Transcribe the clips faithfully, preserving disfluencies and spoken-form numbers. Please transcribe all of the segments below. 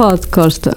Pod Costa.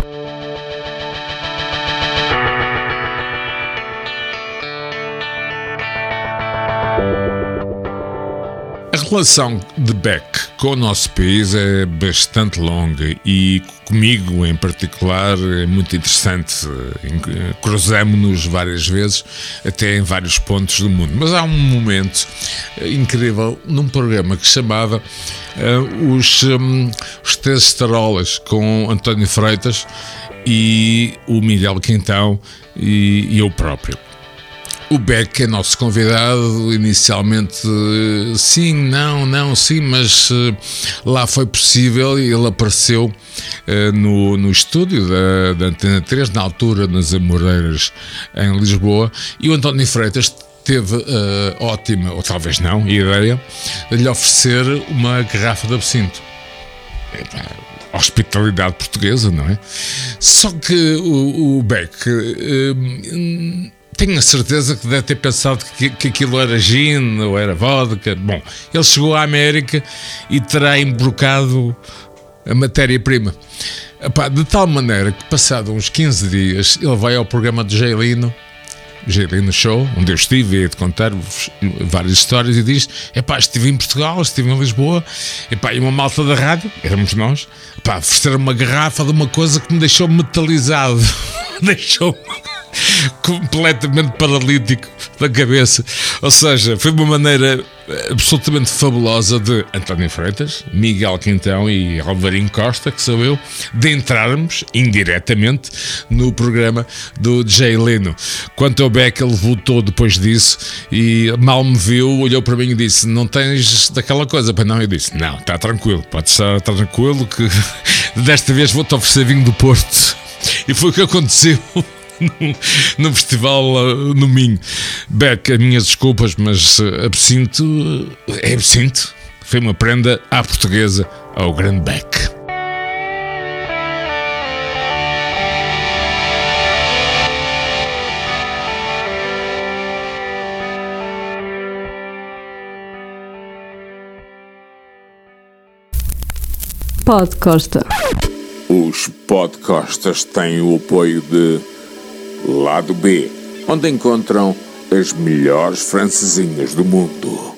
A relação de Beck com o nosso país é bastante longa e comigo em particular é muito interessante. Cruzamos-nos várias vezes, até em vários pontos do mundo. Mas há um momento incrível num programa que se chamava uh, os, um, os Testarolas, com António Freitas e o Miguel Quintão e, e eu próprio. O Beck é nosso convidado, inicialmente sim, não, não, sim, mas uh, lá foi possível e ele apareceu uh, no, no estúdio da, da Antena três, na altura nas Amoreiras, em Lisboa, e o António Freitas teve uh, ótima, ou talvez não, ideia de lhe oferecer uma garrafa de absinto. Epa, hospitalidade portuguesa, não é? Só que o, o Beck... Uh, tenho a certeza que deve ter pensado que, que aquilo era gin ou era vodka. Bom, ele chegou à América e terá embrocado a matéria-prima. Epá, de tal maneira que, passado uns quinze dias, ele vai ao programa do Jay Leno, Jay Leno Show, onde eu estive e hei de contar várias histórias, e diz: epá, estive em Portugal, estive em Lisboa, epá, e uma malta da rádio, éramos nós, epá, ofereceram uma garrafa de uma coisa que me deixou metalizado. Deixou-me completamente paralítico da cabeça. Ou seja, foi uma maneira absolutamente fabulosa de António Freitas, Miguel Quintão e Alvarinho Costa, que sou eu, de entrarmos indiretamente no programa do Jay Leno. Quanto ao Beck, ele voltou depois disso e mal me viu, olhou para mim e disse: não tens daquela coisa? Pois não, eu disse: não, está tranquilo, pode estar tranquilo que desta vez vou-te oferecer vinho do Porto. E foi o que aconteceu no festival no Minho. Beck, as minhas desculpas, mas absinto é absinto. Foi uma prenda à portuguesa ao grande Beck. Pod Costa. Os podcastas têm o apoio de Lado B, onde encontram as melhores francesinhas do mundo.